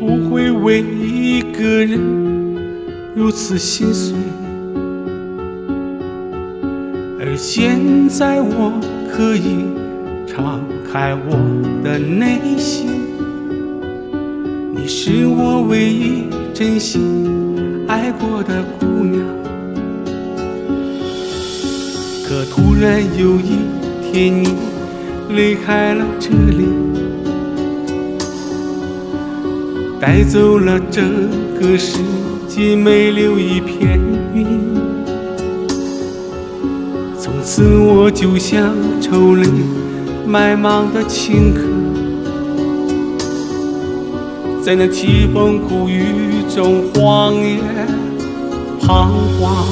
不会为一个人如此心碎。而现在我可以敞开我的内心，你是我唯一真心爱过的姑娘。可突然有一天你离开了这里，带走了整个世界，没留一片云。从此我就像愁泪埋茫的青稞，在那凄风苦雨中荒野彷徨。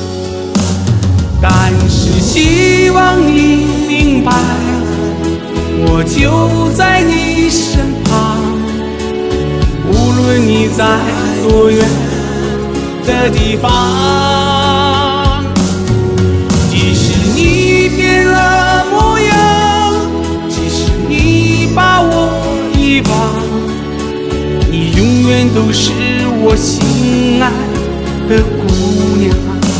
但是希望你明白，我就在你身旁，无论你在多远的地方。即使你变了模样，即使你把我遗忘，你永远都是我心爱的姑娘。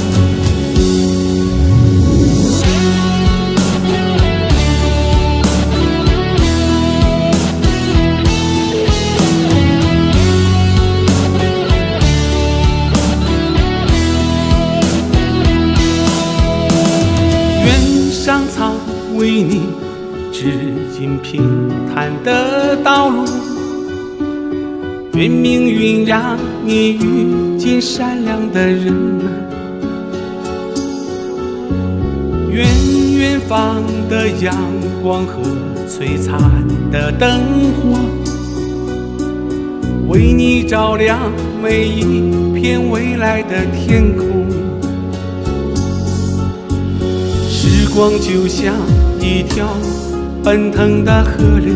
上苍为你指引平坦的道路，愿命运让你遇见善良的人们，愿远方的阳光和璀璨的灯火为你照亮每一片未来的天空。时光就像一条奔腾的河流，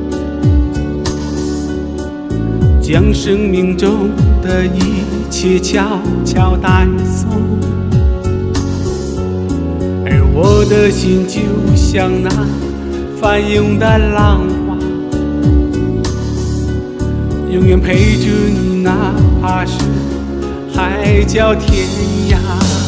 将生命中的一切悄悄带走，而我的心就像那翻涌的浪花，永远陪着你，哪怕是海角天涯。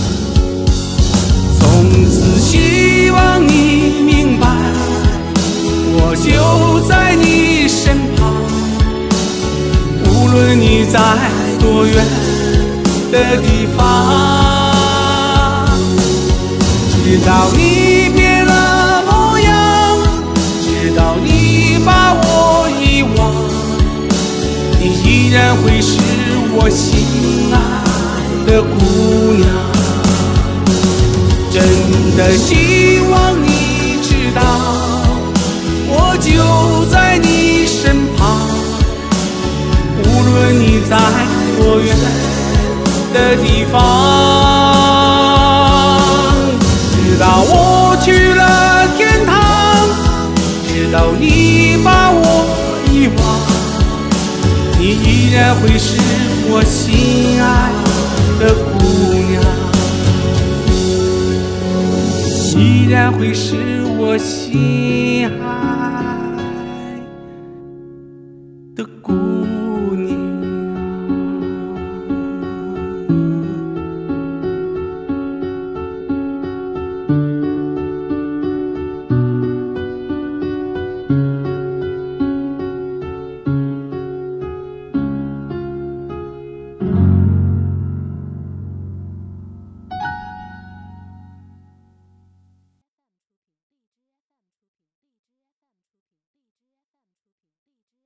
从此希望你明白，我就在你身旁，无论你在多远的地方。直到你变了模样，直到你把我遗忘，你依然会是我心爱的姑娘。真的希望你知道，我就在你身旁，无论你在多远的地方。直到我去了天堂，直到你把我遗忘，你依然会是我心爱的姑娘，依然会是我心爱的姑娘。